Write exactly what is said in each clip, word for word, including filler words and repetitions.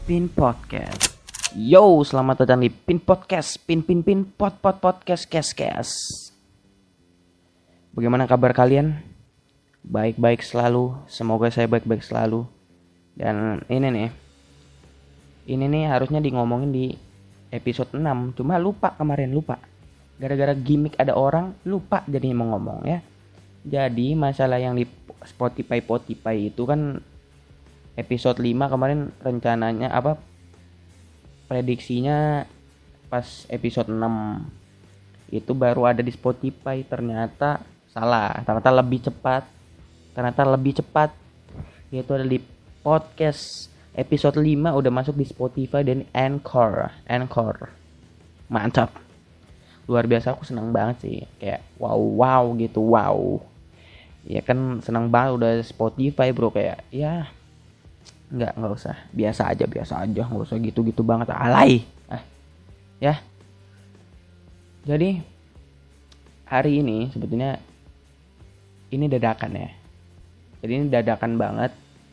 Pin Podcast. Yo, selamat datang di Pin Podcast. Pin Pin Pin Pod Pod Podcast Kes Kes. Bagaimana kabar kalian? Baik-baik selalu. Semoga saya baik-baik selalu. Dan ini nih. Ini nih harusnya di ngomongin di episode enam. Cuma lupa kemarin, lupa. Gara-gara gimmick ada orang, lupa jadi mau ngomong ya. Jadi masalah yang di Spotify Spotify itu kan episode lima kemarin rencananya apa prediksinya pas episode enam itu baru ada di Spotify, ternyata salah, ternyata lebih cepat ternyata lebih cepat yaitu ada di podcast episode lima udah masuk di Spotify dan Anchor Anchor mantap, luar biasa. Aku senang banget sih, kayak wow wow gitu, wow ya kan, senang banget udah Spotify bro, kayak ya Nggak, nggak usah. Biasa aja, biasa aja. Nggak usah gitu-gitu banget. Alay. Ah, ya. Jadi, hari ini sebetulnya ini dadakan ya. Jadi ini dadakan banget.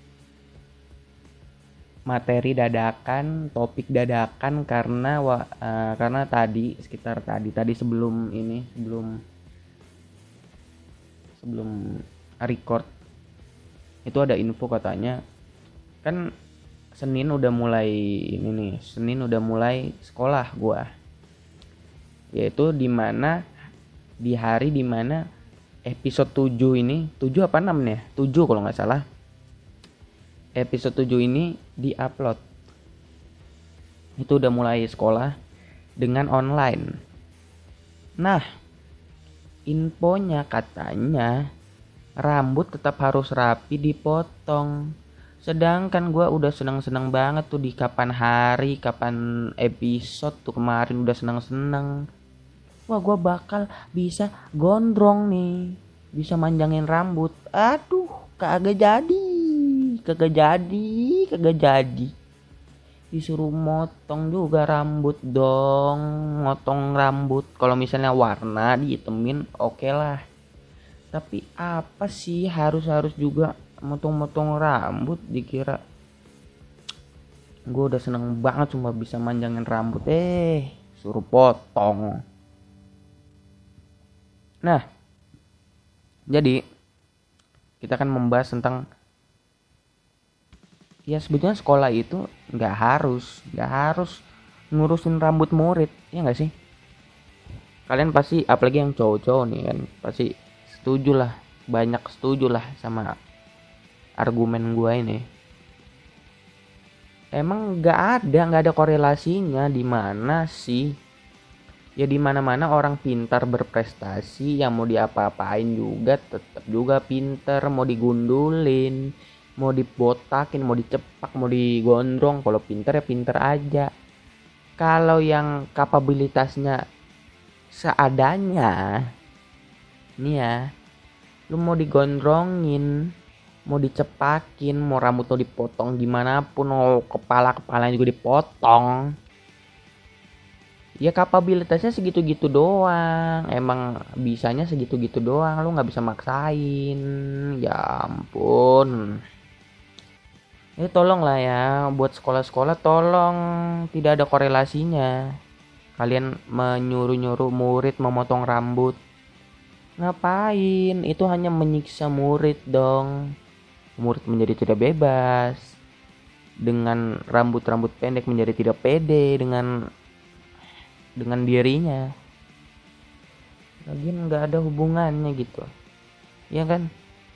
Materi dadakan, topik dadakan karena wa, uh, karena tadi sekitar tadi tadi sebelum ini sebelum sebelum record itu ada info katanya kan Senin udah mulai ini nih, Senin udah mulai sekolah gua. Yaitu di mana di hari di mana episode tujuh ini, tujuh apa enam nih? tujuh kalau enggak salah. Episode tujuh ini di-upload. Itu udah mulai sekolah dengan online. Nah, infonya katanya rambut tetap harus rapi dipotong. Sedangkan gue udah seneng-seneng banget tuh di kapan hari, kapan episode tuh kemarin udah seneng-seneng. Wah, gue bakal bisa gondrong nih, bisa manjangin rambut. Aduh, kagak jadi, kagak jadi, kagak jadi. Disuruh motong juga rambut dong, motong rambut. Kalau misalnya warna dihitemin, oke okay lah. Tapi apa sih harus-harus juga motong-motong rambut, dikira gue udah seneng banget cuma bisa manjangin rambut, eh suruh potong. Nah, jadi kita akan membahas tentang ya sebetulnya sekolah itu nggak harus nggak harus ngurusin rambut murid, ya nggak sih? Kalian pasti, apalagi yang cowok-cowok nih kan, pasti setuju lah, banyak setuju lah sama argumen gue ini. Emang nggak ada nggak ada korelasinya di mana sih? Ya di mana-mana orang pintar berprestasi, yang mau diapa-apain juga tetap juga pintar. Mau digundulin, mau dibotakin, mau dicepak, mau digondrong, kalau pintar ya pintar aja. Kalau yang kapabilitasnya seadanya, nih ya, lu mau digondrongin, mau dicepakin, mau rambut lo dipotong gimana pun, mau kepala-kepalanya juga dipotong, ya kapabilitasnya segitu-gitu doang. Emang bisanya segitu-gitu doang, lu gak bisa maksain. Ya ampun. Ini tolong lah ya, buat sekolah-sekolah tolong, tidak ada korelasinya kalian menyuruh-nyuruh murid memotong rambut. Ngapain? Itu hanya menyiksa murid dong. Murid menjadi tidak bebas, dengan rambut-rambut pendek menjadi tidak pede dengan dengan dirinya. Lagian nggak ada hubungannya gitu, ya kan?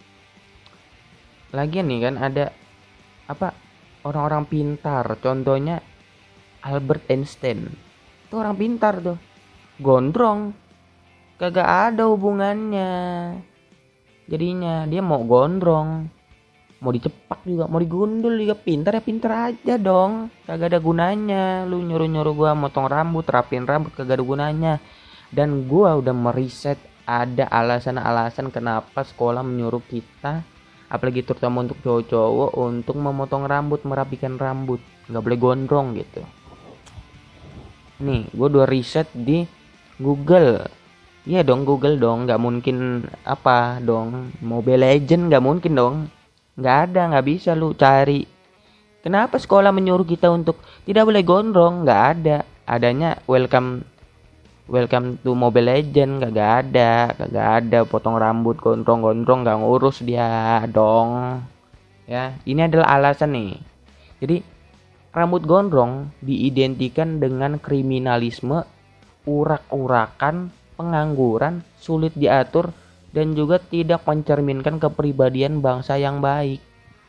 Lagian nih kan ada apa, orang-orang pintar, contohnya Albert Einstein, itu orang pintar tuh, gondrong, kagak ada hubungannya. Jadinya dia mau gondrong, mau dicepak juga, mau digundul juga, pintar ya pintar aja dong, kagak ada gunanya. Lu nyuruh-nyuruh gua motong rambut, rapiin rambut, kagak ada gunanya. Dan gua udah meriset ada alasan-alasan kenapa sekolah menyuruh kita, apalagi terutama untuk cowok-cowok, untuk memotong rambut, merapikan rambut, nggak boleh gondrong gitu. Nih, gua udah riset di Google. Iya dong, Google dong, nggak mungkin apa dong, Mobile Legend nggak mungkin dong. Nggak ada, nggak bisa lu cari Kenapa sekolah menyuruh kita untuk tidak boleh gondrong? Nggak ada. Adanya welcome welcome to Mobile Legend, kagak ada, kagak ada potong rambut gondrong-gondrong, nggak ngurus dia dong. Ya, ini adalah alasan nih. Jadi rambut gondrong diidentikan dengan kriminalisme, urak-urakan, pengangguran, sulit diatur, dan juga tidak mencerminkan kepribadian bangsa yang baik.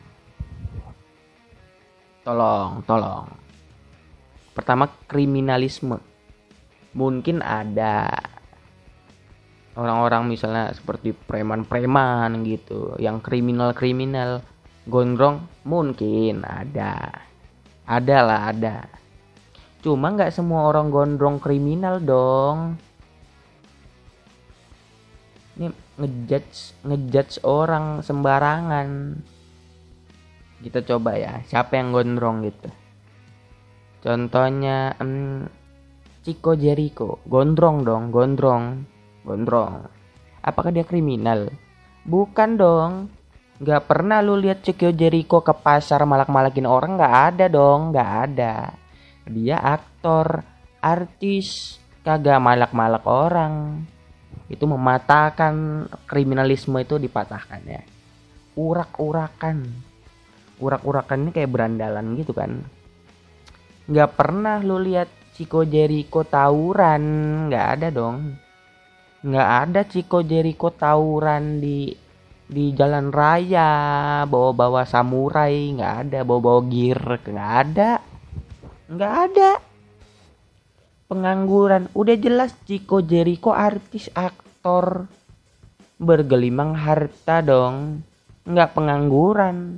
Tolong, tolong. Pertama, kriminalisme. Mungkin ada orang-orang misalnya seperti preman-preman gitu, yang kriminal-kriminal gondrong, mungkin ada. Ada lah, ada. Cuma nggak semua orang gondrong kriminal dong. Ini ngejudge ngejudge orang sembarangan. Kita coba ya, siapa yang gondrong gitu. Contohnya hmm, Chico Jericho, gondrong dong, gondrong, gondrong. Apakah dia kriminal? Bukan dong. Gak pernah lu lihat Chico Jericho ke pasar malak-malakin orang, gak ada dong, gak ada. Dia aktor, artis, kagak malak-malak orang. Itu mematahkan kriminalisme itu dipatahkan ya. Urak-urakan. Urak-urakan ini kayak berandalan gitu kan. Gak pernah lu lihat Chico Jericho tawuran, nggak ada dong, nggak ada Chico Jericho tawuran di di jalan raya, bawa-bawa samurai, nggak ada, bawa-bawa gear, nggak ada, nggak ada. Pengangguran, udah jelas Chico Jericho artis aktor, bergelimang harta dong, nggak pengangguran.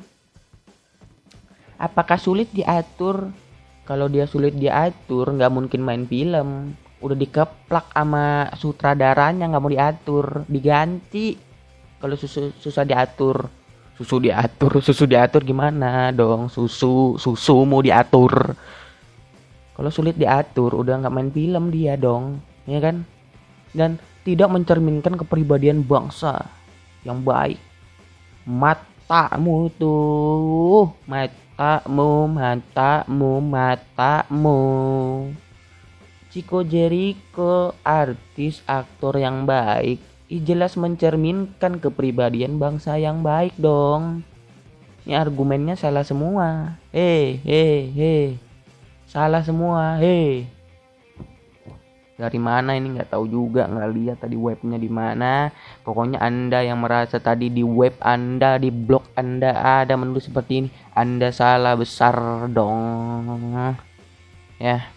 Apakah sulit diatur? Kalau dia sulit diatur, nggak mungkin main film. Udah dikeplak sama sutradaranya, nggak mau diatur, diganti. Kalau susu susah diatur, susu diatur, susu diatur gimana dong? Susu, susu mau diatur. Kalau sulit diatur, udah nggak main film dia dong, ya kan? Dan tidak mencerminkan kepribadian bangsa yang baik. Matamu tuh, mata. Matamu, matamu, matamu. Chico Jericho, artis aktor yang baik, jelas mencerminkan kepribadian bangsa yang baik dong. Ini argumennya salah semua. Hei, hei, hei. Salah semua, hei. Dari mana ini nggak tahu juga, nggak lihat tadi webnya di mana. Pokoknya Anda yang merasa tadi di web Anda, di blog Anda ada menulis seperti ini, Anda salah besar dong. Ya.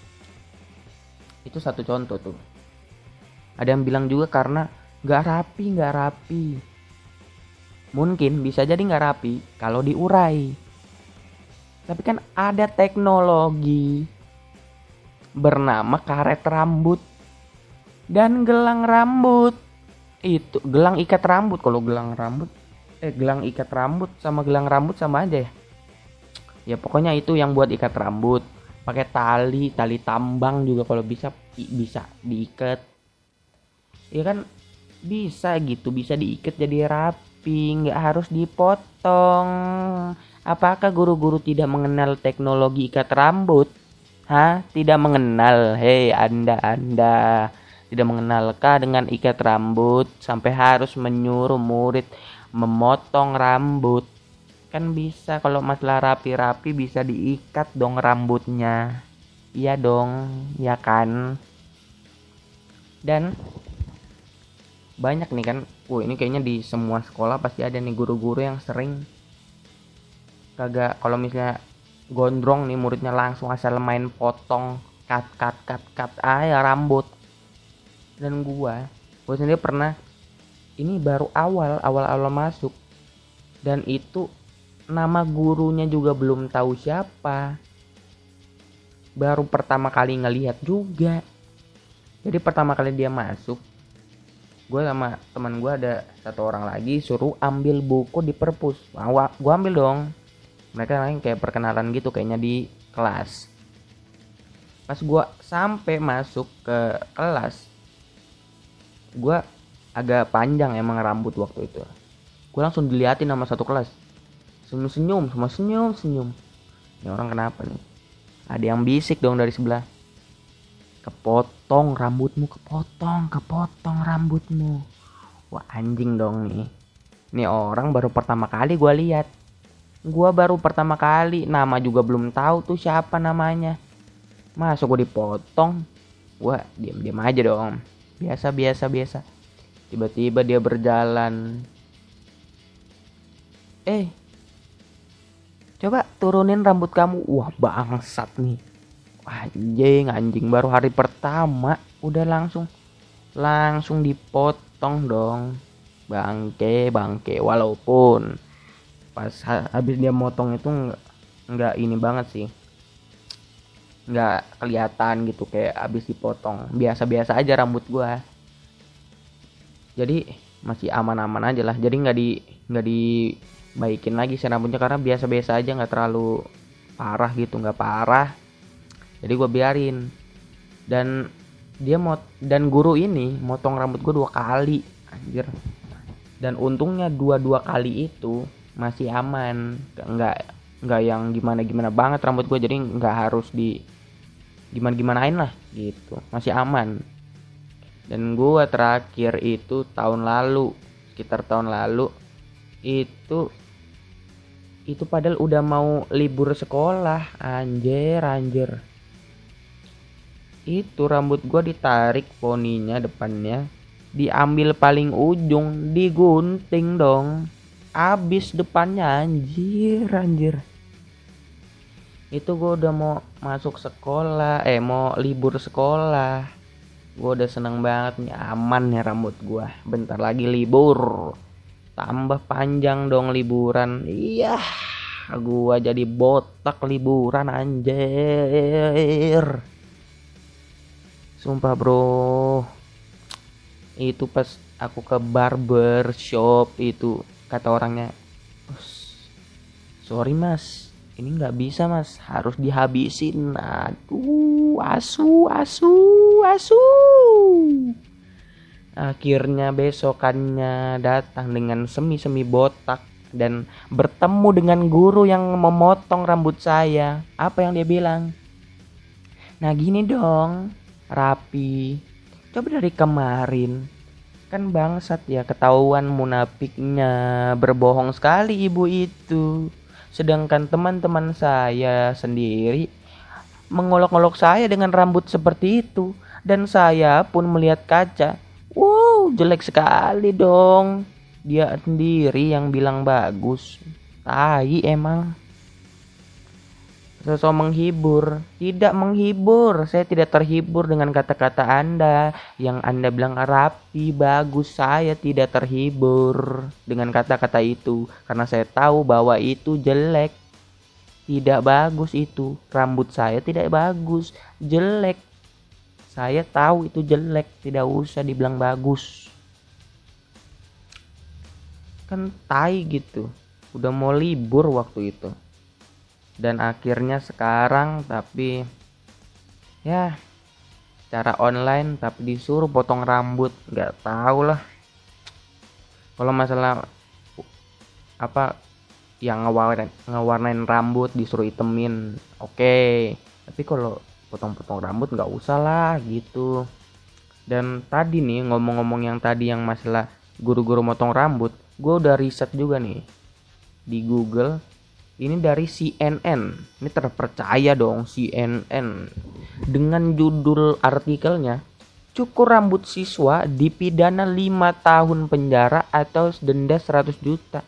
Itu satu contoh tuh. Ada yang bilang juga karena nggak rapi, nggak rapi. Mungkin bisa jadi nggak rapi kalau diurai. Tapi kan ada teknologi bernama karet rambut dan gelang rambut. Itu gelang ikat rambut. Kalau gelang rambut eh gelang ikat rambut sama gelang rambut sama aja ya. Ya pokoknya itu yang buat ikat rambut. Pakai tali, tali tambang juga kalau bisa bisa diikat. Ya kan bisa gitu, bisa diikat jadi rapi, nggak harus dipotong. Apakah guru-guru tidak mengenal teknologi ikat rambut? Hah? Tidak mengenal? Hei Anda, Anda tidak mengenalkah dengan ikat rambut sampai harus menyuruh murid memotong rambut? Kan bisa, kalau masalah rapi-rapi bisa diikat dong rambutnya. Iya dong, ya kan? Dan banyak nih kan, wah ini kayaknya di semua sekolah pasti ada nih guru-guru yang sering kagak, kalau misalnya gondrong nih muridnya langsung asal main potong cut cut cut cut aja rambut. Dan gua gua sendiri pernah, ini baru awal awal awal masuk, dan itu nama gurunya juga belum tahu siapa, baru pertama kali ngelihat juga. Jadi pertama kali dia masuk, gue sama teman gue ada satu orang lagi suruh ambil buku di perpus. Wah, gue ambil dong. Mereka lain kayak perkenalan gitu kayaknya di kelas. Pas gue sampai masuk ke kelas, gue agak panjang emang rambut waktu itu. Gue langsung diliatin sama satu kelas, senyum senyum, sama senyum senyum. Ini orang kenapa nih? Ada yang bisik dong dari sebelah. Kepotong rambutmu, kepotong, kepotong rambutmu. Wah anjing dong nih. Ini orang baru pertama kali gue lihat. Gue baru pertama kali, nama juga belum tahu tuh siapa namanya. Masa gue dipotong? Wah diam-diam aja dong. Biasa, biasa, biasa. Tiba-tiba dia berjalan. Eh, coba turunin rambut kamu. Wah bangsat nih. Anjing, anjing baru hari pertama udah langsung langsung dipotong dong. Bangke, bangke. Walaupun pas habis dia motong itu nggak nggak ini banget sih. Nggak kelihatan gitu kayak habis dipotong. Biasa-biasa aja rambut gua. Jadi masih aman-aman aja lah. Jadi nggak di nggak dibaikin lagi sih rambutnya karena biasa-biasa aja, nggak terlalu parah gitu, nggak parah. Jadi gue biarin. Dan dia mot dan guru ini motong rambut gue dua kali, anjir. Dan untungnya dua-dua kali itu masih aman, nggak nggak yang gimana-gimana banget rambut gue, jadi nggak harus di gimana-gimanain lah gitu, masih aman. Dan gue terakhir itu tahun lalu, sekitar tahun lalu itu itu padahal udah mau libur sekolah, anjir anjir. Itu rambut gue ditarik poninya depannya, diambil paling ujung, digunting dong, abis depannya, anjir anjir. Itu gue udah mau masuk sekolah, eh mau libur sekolah. Gue udah seneng banget nih, aman ya rambut gue, bentar lagi libur, tambah panjang dong liburan. Iya, gue jadi botak liburan anjir. Sumpah bro, itu pas aku ke barber shop itu kata orangnya, sorry mas, ini nggak bisa mas, harus dihabisin. Aduh, asu, asu, asu. Akhirnya besokannya datang dengan semi-semi botak dan bertemu dengan guru yang memotong rambut saya. Apa yang dia bilang? Nah gini dong, rapi. Coba dari kemarin kan bangsat ya, ketahuan munafiknya, berbohong sekali ibu itu. Sedangkan teman-teman saya sendiri mengolok-olok saya dengan rambut seperti itu, dan saya pun melihat kaca. Wow, jelek sekali dong. Dia sendiri yang bilang bagus. Tai emang. Sosok menghibur, tidak menghibur. Saya tidak terhibur dengan kata-kata Anda yang Anda bilang rapi, bagus. Saya tidak terhibur dengan kata-kata itu karena saya tahu bahwa itu jelek, tidak bagus. Itu rambut saya tidak bagus, jelek. Saya tahu itu jelek, tidak usah dibilang bagus. Kan tai gitu. Udah mau libur waktu itu. Dan akhirnya sekarang tapi ya cara online tapi disuruh potong rambut, nggak tahu lah. Kalau masalah apa yang ngewarnain, ngewarnain rambut disuruh itemin, oke. Okay. Tapi kalau potong-potong rambut nggak usah lah gitu. Dan tadi nih ngomong-ngomong yang tadi yang masalah guru-guru motong rambut, gue udah riset juga nih di Google. Ini dari C N N. Ini terpercaya dong, C N N. Dengan judul artikelnya, cukur rambut siswa dipidana lima tahun penjara atau denda seratus juta.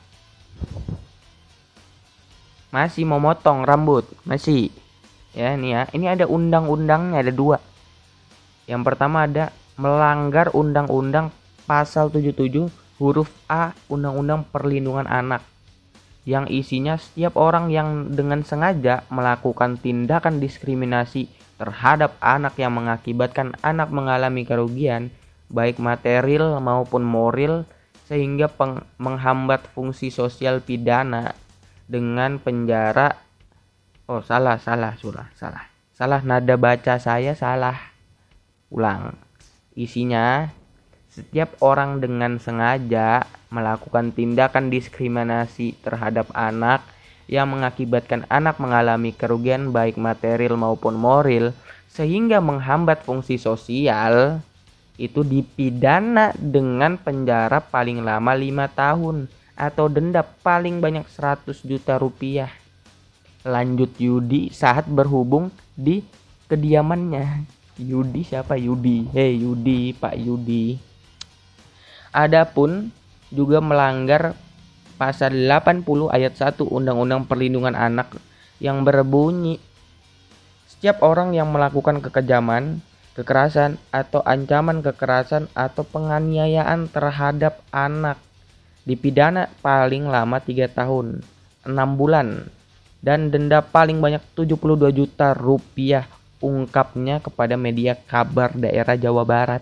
Masih mau motong rambut? Masih. Ya, ini ya. Ini ada undang-undangnya, ada dua. Yang pertama ada melanggar undang-undang pasal tujuh puluh tujuh huruf A Undang-Undang Perlindungan Anak, yang isinya setiap orang yang dengan sengaja melakukan tindakan diskriminasi terhadap anak yang mengakibatkan anak mengalami kerugian baik material maupun moral sehingga peng- menghambat fungsi sosial pidana dengan penjara. Oh salah salah salah salah salah nada baca saya salah. Ulang. Isinya setiap orang dengan sengaja melakukan tindakan diskriminasi terhadap anak yang mengakibatkan anak mengalami kerugian baik material maupun moral sehingga menghambat fungsi sosial itu dipidana dengan penjara paling lama lima tahun atau denda paling banyak seratus juta rupiah. Lanjut Yudi saat berhubung di kediamannya. Yudi siapa Yudi? Hei Yudi, Pak Yudi. Adapun juga melanggar pasal delapan puluh ayat satu Undang-Undang Perlindungan Anak yang berbunyi, setiap orang yang melakukan kekejaman, kekerasan atau ancaman kekerasan atau penganiayaan terhadap anak dipidana paling lama tiga tahun, enam bulan dan denda paling banyak tujuh puluh dua juta rupiah, ungkapnya kepada media kabar daerah Jawa Barat.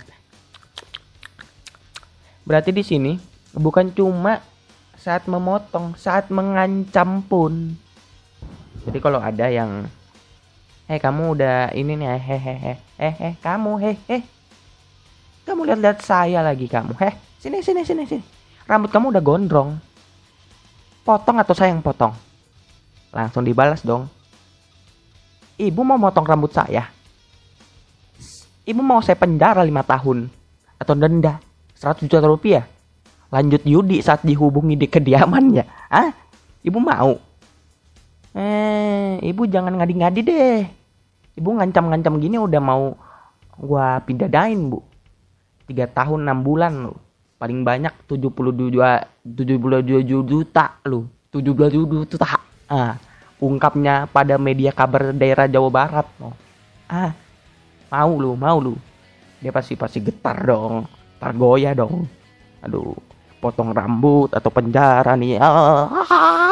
Berarti di sini bukan cuma saat memotong, saat mengancam pun. Jadi kalau ada yang, heh kamu udah ini nih, hehehe, eh eh kamu, heh eh, kamu lihat-lihat saya lagi kamu, heh sini sini sini sini, rambut kamu udah gondrong, potong atau saya yang potong? Langsung dibalas dong, ibu mau motong rambut saya, ibu mau saya penjara lima tahun atau denda seratus juta rupiah. Lanjut Yudi saat dihubungi di kediamannya. Hah? Ibu mau? Eh, ibu jangan ngadi-ngadi deh. Ibu ngancam-ngancam gini udah mau gua pidanain, Bu. tiga tahun enam bulan lu. Paling banyak tujuh puluh dua juta lu. tujuh puluh dua juta. Ah, ungkapnya pada media kabar daerah Jawa Barat. Oh. Ah, mau lu, mau lu. Dia pasti pasti getar dong. Ntar goyah dong. Aduh, potong rambut atau penjara nih. Ah.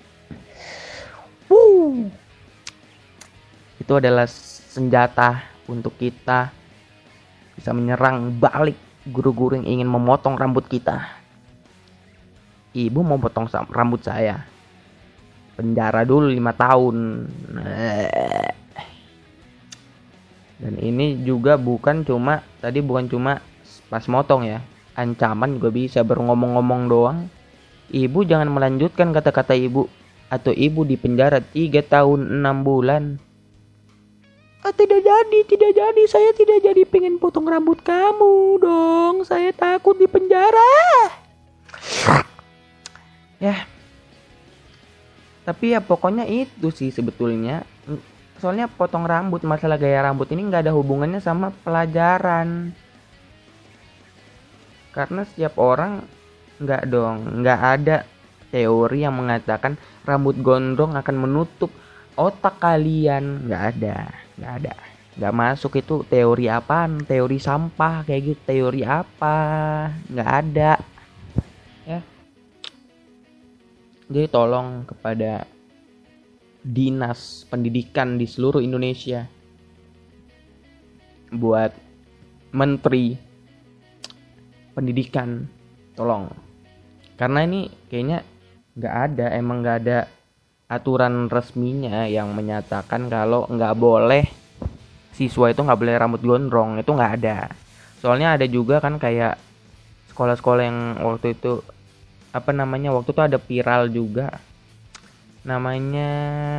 Wuh. Itu adalah senjata untuk kita bisa menyerang balik guru-guru yang ingin memotong rambut kita. Ibu mau potong rambut saya, penjara dulu lima tahun. Dan ini juga bukan cuma tadi bukan cuma pas motong ya, ancaman juga bisa, berngomong-ngomong doang. Ibu jangan melanjutkan kata-kata ibu atau ibu di penjara tiga tahun enam bulan. Ah, tidak jadi, tidak jadi, saya tidak jadi pengen potong rambut kamu dong, saya takut di penjara. Ya, tapi ya pokoknya itu sih sebetulnya. Soalnya potong rambut, masalah gaya rambut ini nggak ada hubungannya sama pelajaran. Karena setiap orang nggak dong, nggak ada teori yang mengatakan rambut gondrong akan menutup otak kalian. Nggak ada, nggak ada, nggak masuk itu. Teori apaan? Teori sampah kayak gitu. Teori apa? Nggak ada. Ya. Jadi tolong kepada dinas pendidikan di seluruh Indonesia, buat menteri pendidikan, tolong, karena ini kayaknya nggak ada, emang nggak ada aturan resminya yang menyatakan kalau nggak boleh siswa itu nggak boleh rambut gondrong, itu nggak ada. Soalnya ada juga kan kayak sekolah-sekolah yang waktu itu apa namanya waktu itu ada viral juga, namanya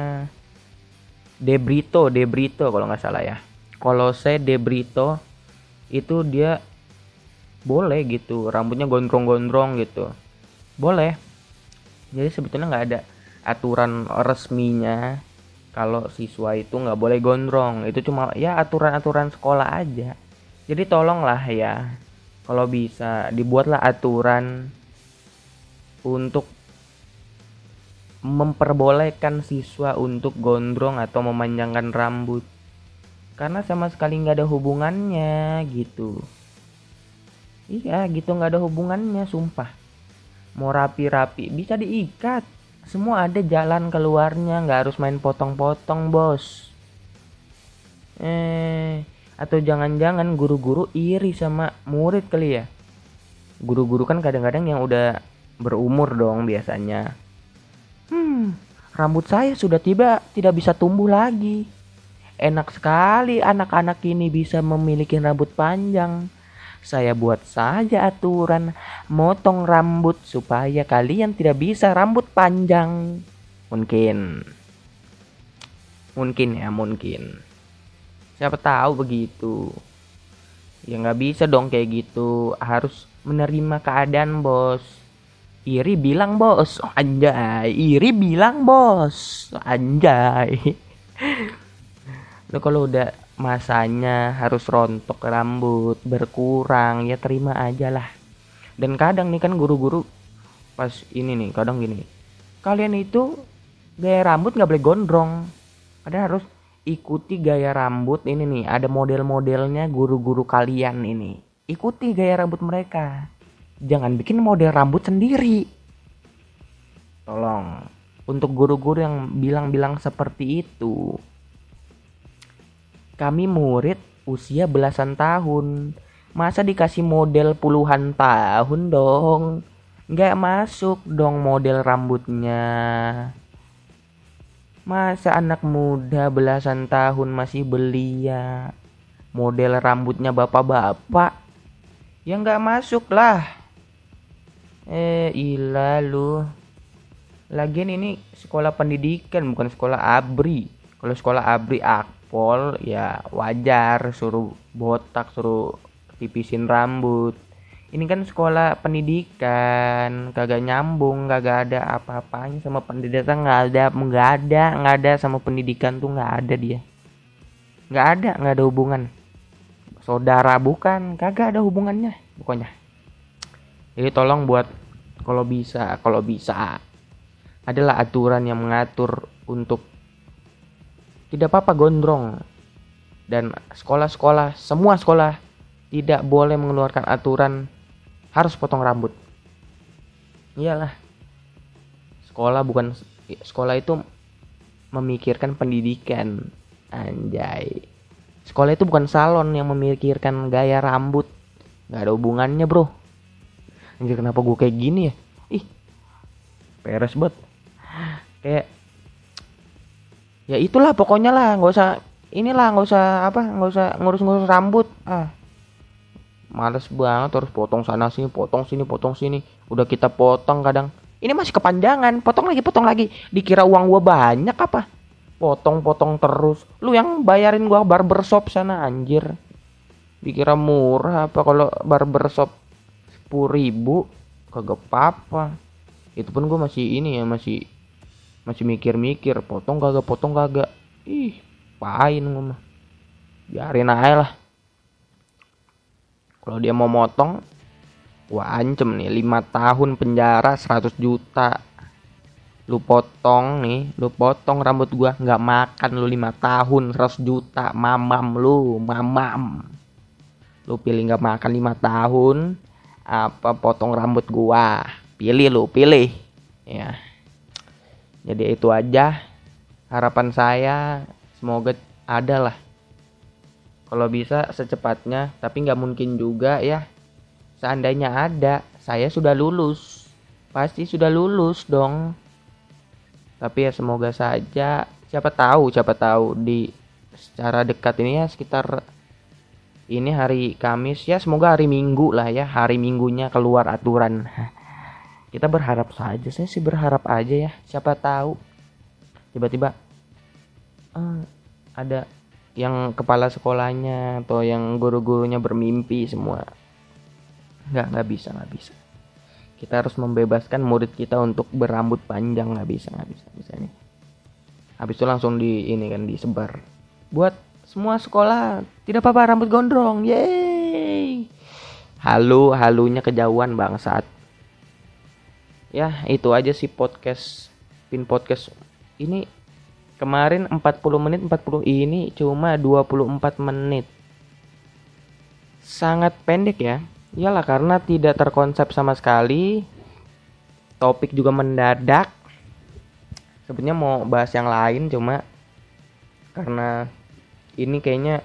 De Brito, De Brito kalau nggak salah ya, kalau saya De Brito itu dia boleh gitu rambutnya gondrong-gondrong gitu, boleh. Jadi sebetulnya nggak ada aturan resminya kalau siswa itu nggak boleh gondrong, itu cuma ya aturan-aturan sekolah aja. Jadi tolonglah ya, kalau bisa dibuatlah aturan untuk memperbolehkan siswa untuk gondrong atau memanjangkan rambut, karena sama sekali nggak ada hubungannya gitu. Iya gitu, nggak ada hubungannya, sumpah. Mau rapi-rapi bisa diikat, semua ada jalan keluarnya, nggak harus main potong-potong bos. Eh atau jangan-jangan guru-guru iri sama murid kali ya. Guru-guru kan kadang-kadang yang udah berumur dong biasanya. Hmm rambut saya sudah tiba tidak bisa tumbuh lagi. Enak sekali anak-anak ini bisa memiliki rambut panjang. Saya buat saja aturan motong rambut supaya kalian tidak bisa rambut panjang. Mungkin, mungkin ya mungkin. Siapa tahu begitu. Ya nggak bisa dong kayak gitu. Harus menerima keadaan bos. Iri bilang bos, oh, anjay. Iri bilang bos, anjay. Lo kalau udah masanya harus rontok rambut berkurang ya terima aja lah. Dan kadang nih kan guru-guru pas ini nih kadang gini. Kalian itu gaya rambut nggak boleh gondrong. Kadang harus ikuti gaya rambut ini nih. Ada model-modelnya guru-guru kalian ini. Ikuti gaya rambut mereka. Jangan bikin model rambut sendiri. Tolong. Untuk guru-guru yang bilang-bilang seperti itu. Kami murid usia belasan tahun. Masa dikasih model puluhan tahun dong? Nggak masuk dong model rambutnya. Masa anak muda belasan tahun masih belia model rambutnya bapak-bapak? Ya nggak masuk lah. Eh ilah lu. Lagian ini sekolah pendidikan bukan sekolah abri. Kalau sekolah abri akpol ya wajar suruh botak, suruh tipisin rambut. Ini kan sekolah pendidikan, kagak nyambung, kagak ada apa-apanya sama pendidikan, nggak ada, nggak ada, nggak ada sama pendidikan tuh nggak ada dia, nggak ada, nggak ada hubungan, saudara bukan, kagak ada hubungannya, pokoknya. Jadi tolong buat kalau bisa, kalau bisa, adalah aturan yang mengatur untuk tidak apa-apa gondrong dan sekolah-sekolah, semua sekolah tidak boleh mengeluarkan aturan harus potong rambut. Iyalah. Sekolah bukan sekolah itu memikirkan pendidikan. Anjay. Sekolah itu bukan salon yang memikirkan gaya rambut. Gak ada hubungannya, bro. Anjir, kenapa gue kayak gini ya? Ih. Peres banget. Kayak ya itulah pokoknya lah, nggak usah inilah, nggak usah apa, nggak usah ngurus-ngurus rambut. Ah. Males banget harus potong sana sini, potong sini, potong sini. Udah kita potong kadang. Ini masih kepanjangan, potong lagi, potong lagi. Dikira uang gua banyak apa? Potong-potong terus. Lu yang bayarin gua barbershop sana anjir. Dikira murah apa kalau barbershop sepuluh ribu? Kagak apa-apa. Itu pun gua masih ini ya, masih masih mikir-mikir, potong kagak, potong kagak. Ih, pain gua mah. Biarin aja lah. Kalau dia mau motong, gua ancam nih lima tahun penjara seratus juta. Lu potong nih, lu potong rambut gua, nggak makan lu lima tahun seratus juta, mamam lu, mamam. Lu pilih nggak makan lima tahun, apa potong rambut gua? Pilih lu, pilih. Ya. Jadi itu aja harapan saya, semoga ada lah. Kalau bisa secepatnya, tapi nggak mungkin juga ya. Seandainya ada, saya sudah lulus. Pasti sudah lulus dong. Tapi ya semoga saja, siapa tahu, siapa tahu di secara dekat ini ya sekitar ini hari Kamis ya, semoga hari Minggu lah ya, hari Minggunya keluar aturan. Kita berharap saja, saya sih berharap aja ya, siapa tahu tiba-tiba uh, ada yang kepala sekolahnya atau yang guru-gurunya bermimpi semua. Nggak, nggak bisa, nggak bisa. Kita harus membebaskan murid kita untuk berambut panjang, nggak bisa, nggak bisa, misalnya. Habis itu langsung di ini kan disebar. Buat semua sekolah tidak apa-apa rambut gondrong, yeay. Halu, halunya kejauhan bangsat. Ya itu aja sih podcast, pin podcast ini. Kemarin empat puluh menit, empat puluh ini cuma dua puluh empat menit. Sangat pendek ya. Iyalah karena tidak terkonsep sama sekali. Topik juga mendadak. Sebenarnya mau bahas yang lain cuma karena ini kayaknya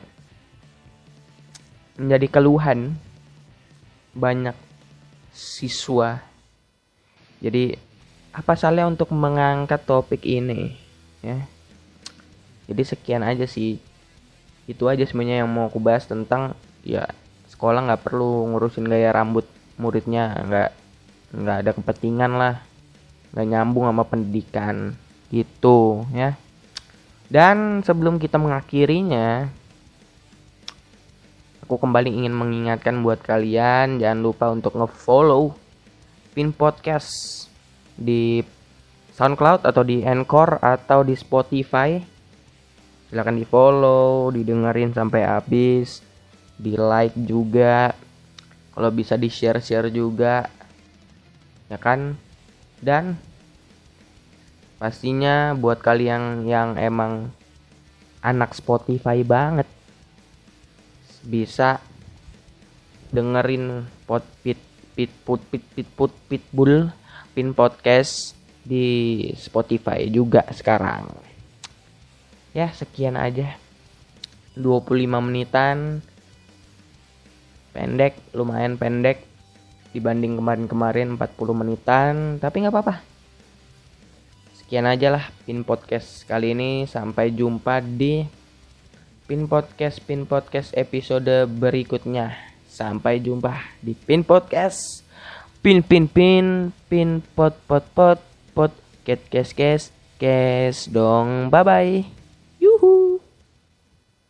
menjadi keluhan banyak siswa. Jadi apa salahnya untuk mengangkat topik ini ya. Jadi sekian aja sih. Itu aja sebenarnya yang mau aku bahas tentang ya sekolah nggak perlu ngurusin gaya rambut muridnya, nggak nggak ada kepentingan lah, nggak nyambung sama pendidikan gitu ya. Dan sebelum kita mengakhirinya, aku kembali ingin mengingatkan buat kalian, jangan lupa untuk nge-follow Pin Podcast di SoundCloud atau di Anchor atau di Spotify. Silakan di-follow, didengerin sampai habis, di-like juga. Kalau bisa di-share-share juga. Ya kan? Dan pastinya buat kalian yang emang anak Spotify banget, bisa dengerin pot pit pit put pit pit put pitbull Pin Podcast di Spotify juga sekarang. Ya, sekian aja. dua puluh lima menitan. Pendek, lumayan pendek dibanding kemarin-kemarin empat puluh menitan, tapi enggak apa-apa. Sekian aja lah Pin Podcast kali ini. Sampai jumpa di Pin Podcast Pin Podcast episode berikutnya. Sampai jumpa di Pin Podcast. Pin pin pin pin pot pot pot pot ket kes kes kes dong. Bye bye.